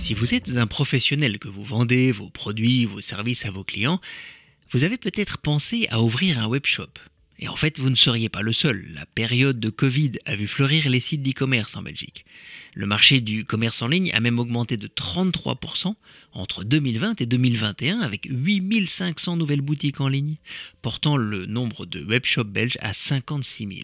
Si vous êtes un professionnel, que vous vendez vos produits, vos services à vos clients, vous avez peut-être pensé à ouvrir un webshop. Et en fait, vous ne seriez pas le seul. La période de Covid a vu fleurir les sites d'e-commerce en Belgique. Le marché du commerce en ligne a même augmenté de 33% entre 2020 et 2021 avec 8500 nouvelles boutiques en ligne, portant le nombre de webshops belges à 56 000.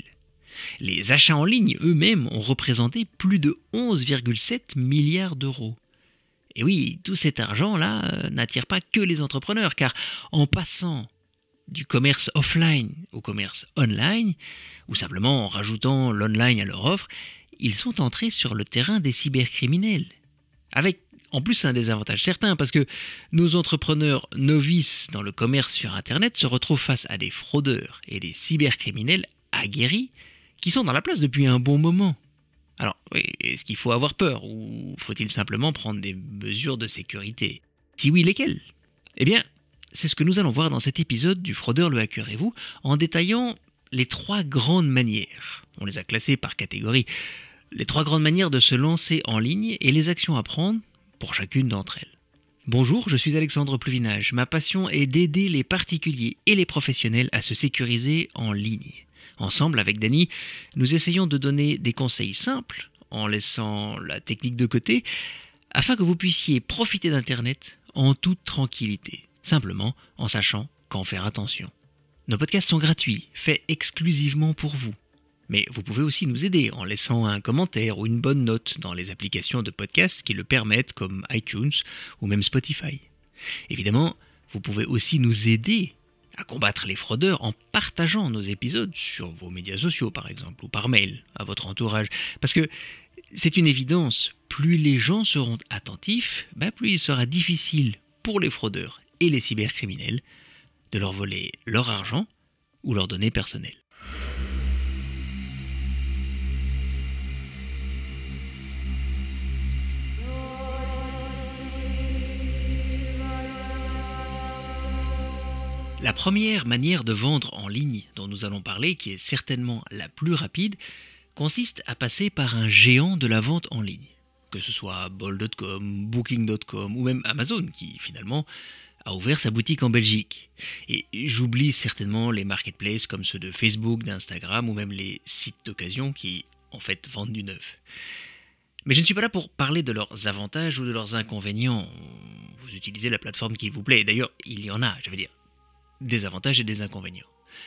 Les achats en ligne eux-mêmes ont représenté plus de 11,7 milliards d'euros. Et oui, tout cet argent-là n'attire pas que les entrepreneurs, car en passant du commerce offline au commerce online, ou simplement en rajoutant l'online à leur offre, ils sont entrés sur le terrain des cybercriminels. Avec en plus un désavantage certain, parce que nos entrepreneurs novices dans le commerce sur Internet se retrouvent face à des fraudeurs et des cybercriminels aguerris qui sont dans la place depuis un bon moment. Alors, oui, est-ce qu'il faut avoir peur ou faut-il simplement prendre des mesures de sécurité ? Si oui, lesquelles ? Eh bien, c'est ce que nous allons voir dans cet épisode du Fraudeur, le hacker et vous, en détaillant les 3 grandes manières. On les a classées par catégorie. Les 3 grandes manières de se lancer en ligne et les actions à prendre pour chacune d'entre elles. Bonjour, je suis Alexandre Pluvinage. Ma passion est d'aider les particuliers et les professionnels à se sécuriser en ligne. Ensemble, avec Dany, nous essayons de donner des conseils simples, en laissant la technique de côté, afin que vous puissiez profiter d'Internet en toute tranquillité, simplement en sachant qu'en faire attention. Nos podcasts sont gratuits, faits exclusivement pour vous. Mais vous pouvez aussi nous aider en laissant un commentaire ou une bonne note dans les applications de podcasts qui le permettent, comme iTunes ou même Spotify. Évidemment, vous pouvez aussi nous aider à combattre les fraudeurs en partageant nos épisodes sur vos médias sociaux par exemple, ou par mail à votre entourage. Parce que c'est une évidence, plus les gens seront attentifs, plus il sera difficile pour les fraudeurs et les cybercriminels de leur voler leur argent ou leurs données personnelles. La première manière de vendre en ligne dont nous allons parler, qui est certainement la plus rapide, consiste à passer par un géant de la vente en ligne. Que ce soit bol.com, booking.com ou même Amazon qui finalement a ouvert sa boutique en Belgique. Et j'oublie certainement les marketplaces comme ceux de Facebook, d'Instagram ou même les sites d'occasion qui en fait vendent du neuf. Mais je ne suis pas là pour parler de leurs avantages ou de leurs inconvénients. Vous utilisez la plateforme qui vous plaît. D'ailleurs, il y en a, des avantages et des inconvénients.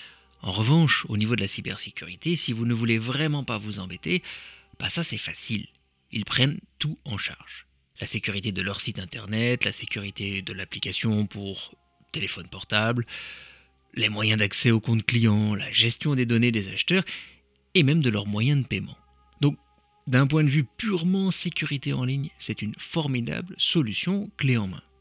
En revanche, au niveau de la cybersécurité, si vous ne voulez vraiment pas vous embêter, ça c'est facile. Ils prennent tout en charge. La sécurité de leur site internet, la sécurité de l'application pour téléphone portable, les moyens d'accès aux comptes clients, la gestion des données des acheteurs et même de leurs moyens de paiement. Donc, d'un point de vue purement sécurité en ligne, c'est une formidable solution clé en main.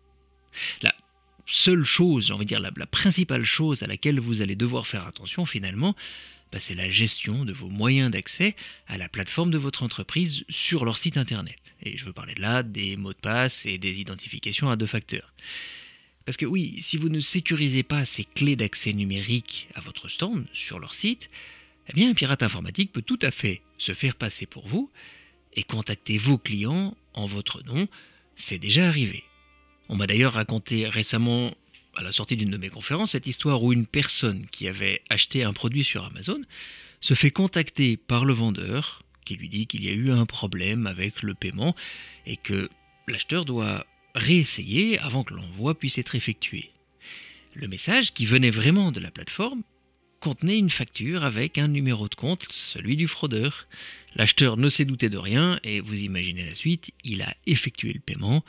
La seule chose, la principale chose à laquelle vous allez devoir faire attention finalement, c'est la gestion de vos moyens d'accès à la plateforme de votre entreprise sur leur site internet. Et je veux parler de là des mots de passe et des identifications à 2 facteurs. Parce que oui, si vous ne sécurisez pas ces clés d'accès numériques à votre stand sur leur site, un pirate informatique peut tout à fait se faire passer pour vous et contacter vos clients en votre nom. C'est déjà arrivé. On m'a d'ailleurs raconté récemment, à la sortie d'une de mes conférences, cette histoire où une personne qui avait acheté un produit sur Amazon se fait contacter par le vendeur qui lui dit qu'il y a eu un problème avec le paiement et que l'acheteur doit réessayer avant que l'envoi puisse être effectué. Le message, qui venait vraiment de la plateforme, contenait une facture avec un numéro de compte, celui du fraudeur. L'acheteur ne s'est douté de rien et vous imaginez la suite, il a effectué le paiement.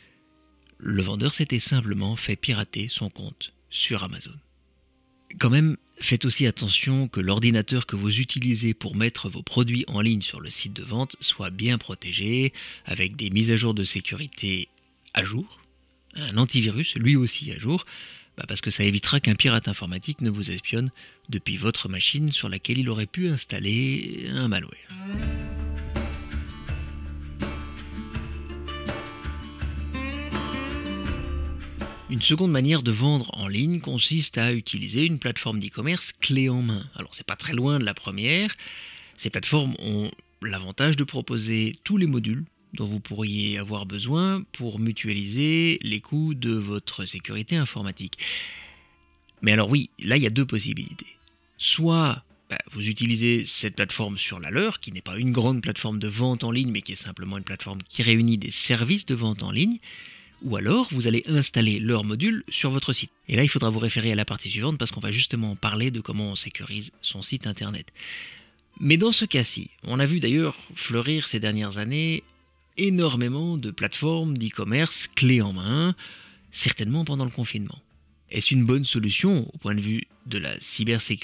Le vendeur s'était simplement fait pirater son compte sur Amazon. Quand même, faites aussi attention que l'ordinateur que vous utilisez pour mettre vos produits en ligne sur le site de vente soit bien protégé, avec des mises à jour de sécurité à jour, un antivirus lui aussi à jour, parce que ça évitera qu'un pirate informatique ne vous espionne depuis votre machine sur laquelle il aurait pu installer un malware. Une seconde manière de vendre en ligne consiste à utiliser une plateforme d'e-commerce clé en main. Alors c'est pas très loin de la première. Ces plateformes ont l'avantage de proposer tous les modules dont vous pourriez avoir besoin pour mutualiser les coûts de votre sécurité informatique. Mais alors oui, là il y a deux possibilités. Soit vous utilisez cette plateforme sur la leur, qui n'est pas une grande plateforme de vente en ligne, mais qui est simplement une plateforme qui réunit des services de vente en ligne, ou alors vous allez installer leur module sur votre site. Et là il faudra vous référer à la partie suivante parce qu'on va justement parler de comment on sécurise son site internet. Mais dans ce cas-ci, on a vu d'ailleurs fleurir ces dernières années énormément de plateformes d'e-commerce clés en main, certainement pendant le confinement. Est-ce une bonne solution au point de vue de la cybersécurité ?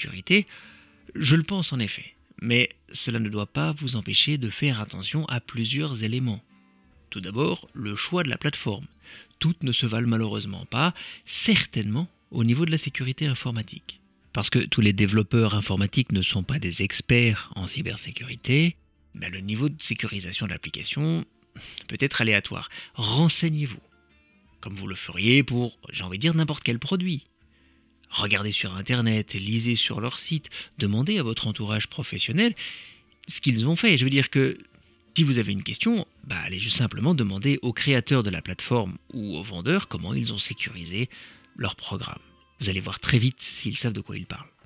Je le pense en effet, mais cela ne doit pas vous empêcher de faire attention à plusieurs éléments. Tout d'abord, le choix de la plateforme. Toutes ne se valent malheureusement pas, certainement au niveau de la sécurité informatique. Parce que tous les développeurs informatiques ne sont pas des experts en cybersécurité, le niveau de sécurisation de l'application peut être aléatoire. Renseignez-vous, comme vous le feriez pour, j'ai envie de dire, n'importe quel produit. Regardez sur Internet, lisez sur leur site, demandez à votre entourage professionnel ce qu'ils ont fait. Je veux dire que si vous avez une question, allez juste simplement demander aux créateurs de la plateforme ou aux vendeurs comment ils ont sécurisé leur programme. Vous allez voir très vite s'ils savent de quoi ils parlent.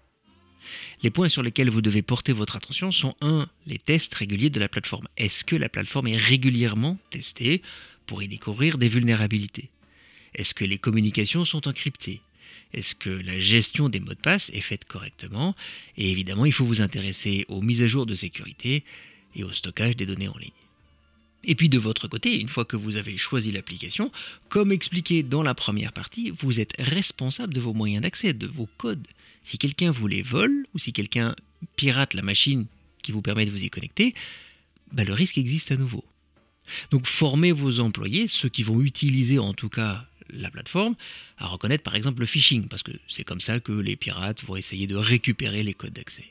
Les points sur lesquels vous devez porter votre attention sont 1. Les tests réguliers de la plateforme. Est-ce que la plateforme est régulièrement testée pour y découvrir des vulnérabilités ? Est-ce que les communications sont encryptées ? Est-ce que la gestion des mots de passe est faite correctement ? Et évidemment, il faut vous intéresser aux mises à jour de sécurité et au stockage des données en ligne. Et puis de votre côté, une fois que vous avez choisi l'application, comme expliqué dans la première partie, vous êtes responsable de vos moyens d'accès, de vos codes. Si quelqu'un vous les vole ou si quelqu'un pirate la machine qui vous permet de vous y connecter, le risque existe à nouveau. Donc formez vos employés, ceux qui vont utiliser en tout cas la plateforme, à reconnaître par exemple le phishing, parce que c'est comme ça que les pirates vont essayer de récupérer les codes d'accès.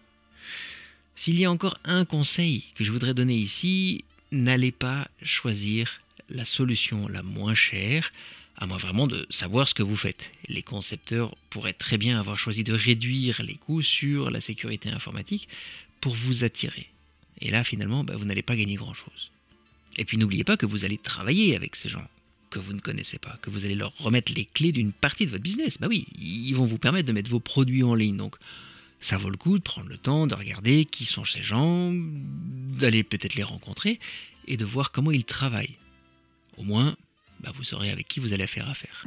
S'il y a encore un conseil que je voudrais donner ici, n'allez pas choisir la solution la moins chère, à moins vraiment de savoir ce que vous faites. Les concepteurs pourraient très bien avoir choisi de réduire les coûts sur la sécurité informatique pour vous attirer. Et là, finalement, vous n'allez pas gagner grand-chose. Et puis n'oubliez pas que vous allez travailler avec ces gens que vous ne connaissez pas, que vous allez leur remettre les clés d'une partie de votre business. Oui, ils vont vous permettre de mettre vos produits en ligne, donc ça vaut le coup de prendre le temps de regarder qui sont ces gens, d'aller peut-être les rencontrer et de voir comment ils travaillent. Au moins, vous saurez avec qui vous allez faire affaire.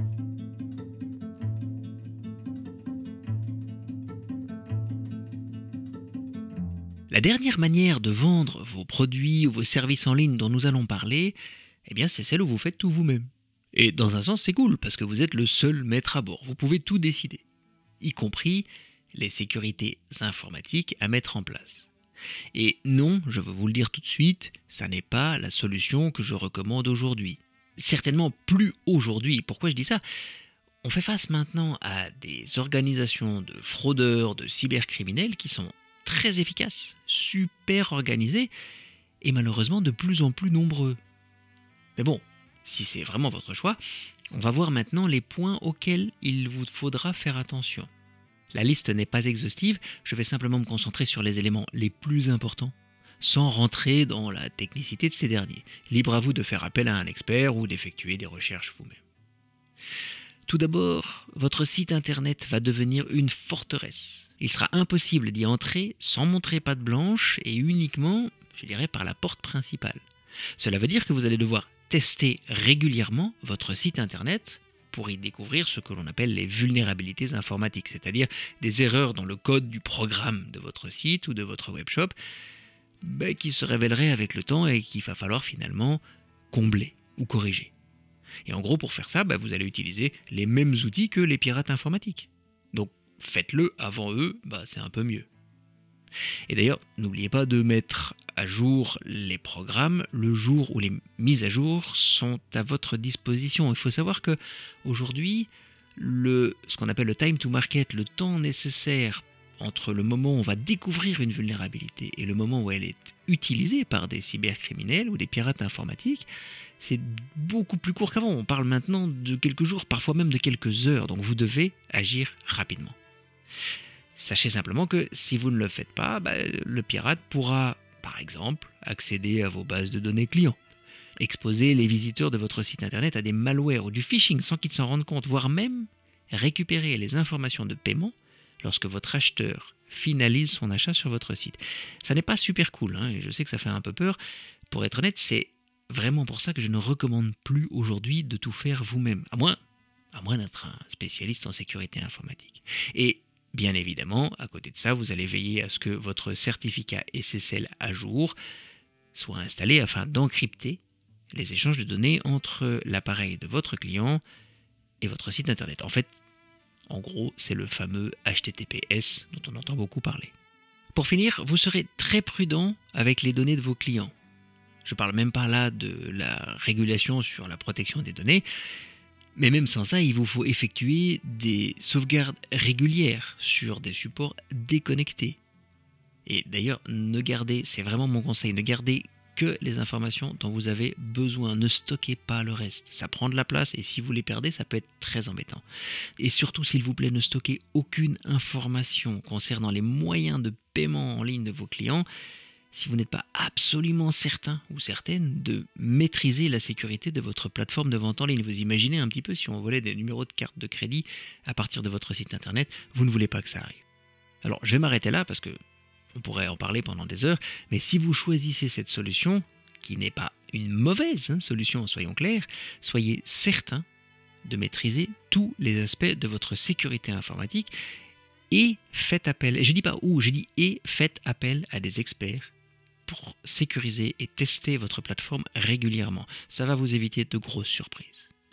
La dernière manière de vendre vos produits ou vos services en ligne dont nous allons parler, c'est celle où vous faites tout vous-même. Et dans un sens, c'est cool, parce que vous êtes le seul maître à bord. Vous pouvez tout décider, y compris les sécurités informatiques à mettre en place. Et non, je veux vous le dire tout de suite, ça n'est pas la solution que je recommande aujourd'hui. Certainement plus aujourd'hui. Pourquoi je dis ça ? On fait face maintenant à des organisations de fraudeurs, de cybercriminels qui sont très efficaces, super organisés et malheureusement de plus en plus nombreux. Mais bon, si c'est vraiment votre choix, on va voir maintenant les points auxquels il vous faudra faire attention. La liste n'est pas exhaustive, je vais simplement me concentrer sur les éléments les plus importants, sans rentrer dans la technicité de ces derniers. Libre à vous de faire appel à un expert ou d'effectuer des recherches vous-même. Tout d'abord, votre site internet va devenir une forteresse. Il sera impossible d'y entrer sans montrer patte blanche et uniquement, par la porte principale. Cela veut dire que vous allez devoir tester régulièrement votre site internet pour y découvrir ce que l'on appelle les vulnérabilités informatiques, c'est-à-dire des erreurs dans le code du programme de votre site ou de votre webshop qui se révéleraient avec le temps et qu'il va falloir finalement combler ou corriger. Et en gros, pour faire ça, vous allez utiliser les mêmes outils que les pirates informatiques. Donc faites-le avant eux, c'est un peu mieux. Et d'ailleurs, n'oubliez pas de mettre à jour les programmes le jour où les mises à jour sont à votre disposition. Il faut savoir que aujourd'hui, ce qu'on appelle le time to market, le temps nécessaire entre le moment où on va découvrir une vulnérabilité et le moment où elle est utilisée par des cybercriminels ou des pirates informatiques, c'est beaucoup plus court qu'avant. On parle maintenant de quelques jours, parfois même de quelques heures. Donc vous devez agir rapidement. Sachez simplement que si vous ne le faites pas, le pirate pourra, par exemple, accéder à vos bases de données clients. exposer les visiteurs de votre site internet à des malwares ou du phishing sans qu'ils s'en rendent compte, voire même récupérer les informations de paiement lorsque votre acheteur finalise son achat sur votre site. Ça n'est pas super cool, et je sais que ça fait un peu peur. Pour être honnête, c'est vraiment pour ça que je ne recommande plus aujourd'hui de tout faire vous-même, à moins d'être un spécialiste en sécurité informatique. Et bien évidemment, à côté de ça, vous allez veiller à ce que votre certificat SSL à jour soit installé afin d'encrypter les échanges de données entre l'appareil de votre client et votre site internet. En fait, en gros, c'est le fameux HTTPS dont on entend beaucoup parler. Pour finir, vous serez très prudent avec les données de vos clients. Je ne parle même pas là de la régulation sur la protection des données, mais même sans ça, il vous faut effectuer des sauvegardes régulières sur des supports déconnectés. Et d'ailleurs, c'est vraiment mon conseil, ne gardez que les informations dont vous avez besoin. Ne stockez pas le reste. Ça prend de la place et si vous les perdez, ça peut être très embêtant. Et surtout, s'il vous plaît, ne stockez aucune information concernant les moyens de paiement en ligne de vos clients si vous n'êtes pas absolument certain ou certaine de maîtriser la sécurité de votre plateforme de vente en ligne. Vous imaginez un petit peu si on volait des numéros de carte de crédit à partir de votre site internet, vous ne voulez pas que ça arrive. Alors, je vais m'arrêter là parce que on pourrait en parler pendant des heures, mais si vous choisissez cette solution, qui n'est pas une mauvaise solution, soyons clairs, soyez certain de maîtriser tous les aspects de votre sécurité informatique et faites appel, et je dis pas où, je dis et faites appel à des experts pour sécuriser et tester votre plateforme régulièrement. Ça va vous éviter de grosses surprises.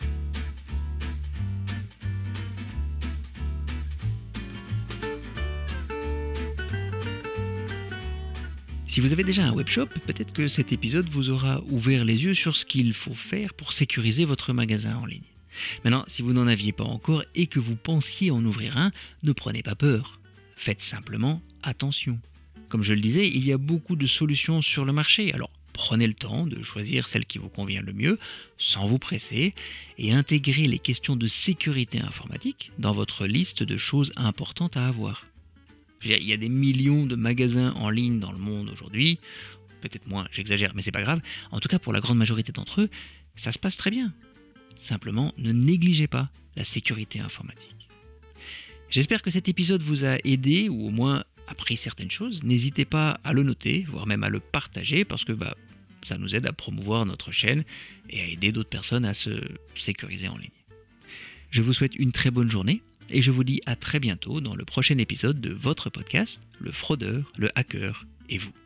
Si vous avez déjà un webshop, peut-être que cet épisode vous aura ouvert les yeux sur ce qu'il faut faire pour sécuriser votre magasin en ligne. Maintenant, si vous n'en aviez pas encore et que vous pensiez en ouvrir un, ne prenez pas peur. Faites simplement attention. Comme je le disais, il y a beaucoup de solutions sur le marché, alors prenez le temps de choisir celle qui vous convient le mieux, sans vous presser, et intégrez les questions de sécurité informatique dans votre liste de choses importantes à avoir. Il y a des millions de magasins en ligne dans le monde aujourd'hui, peut-être moins, j'exagère, mais c'est pas grave. En tout cas, pour la grande majorité d'entre eux, ça se passe très bien. Simplement, ne négligez pas la sécurité informatique. J'espère que cet épisode vous a aidé, ou au moins appris certaines choses. N'hésitez pas à le noter, voire même à le partager, parce que ça nous aide à promouvoir notre chaîne et à aider d'autres personnes à se sécuriser en ligne. Je vous souhaite une très bonne journée. Et je vous dis à très bientôt dans le prochain épisode de votre podcast, Le Fraudeur, le Hacker et vous.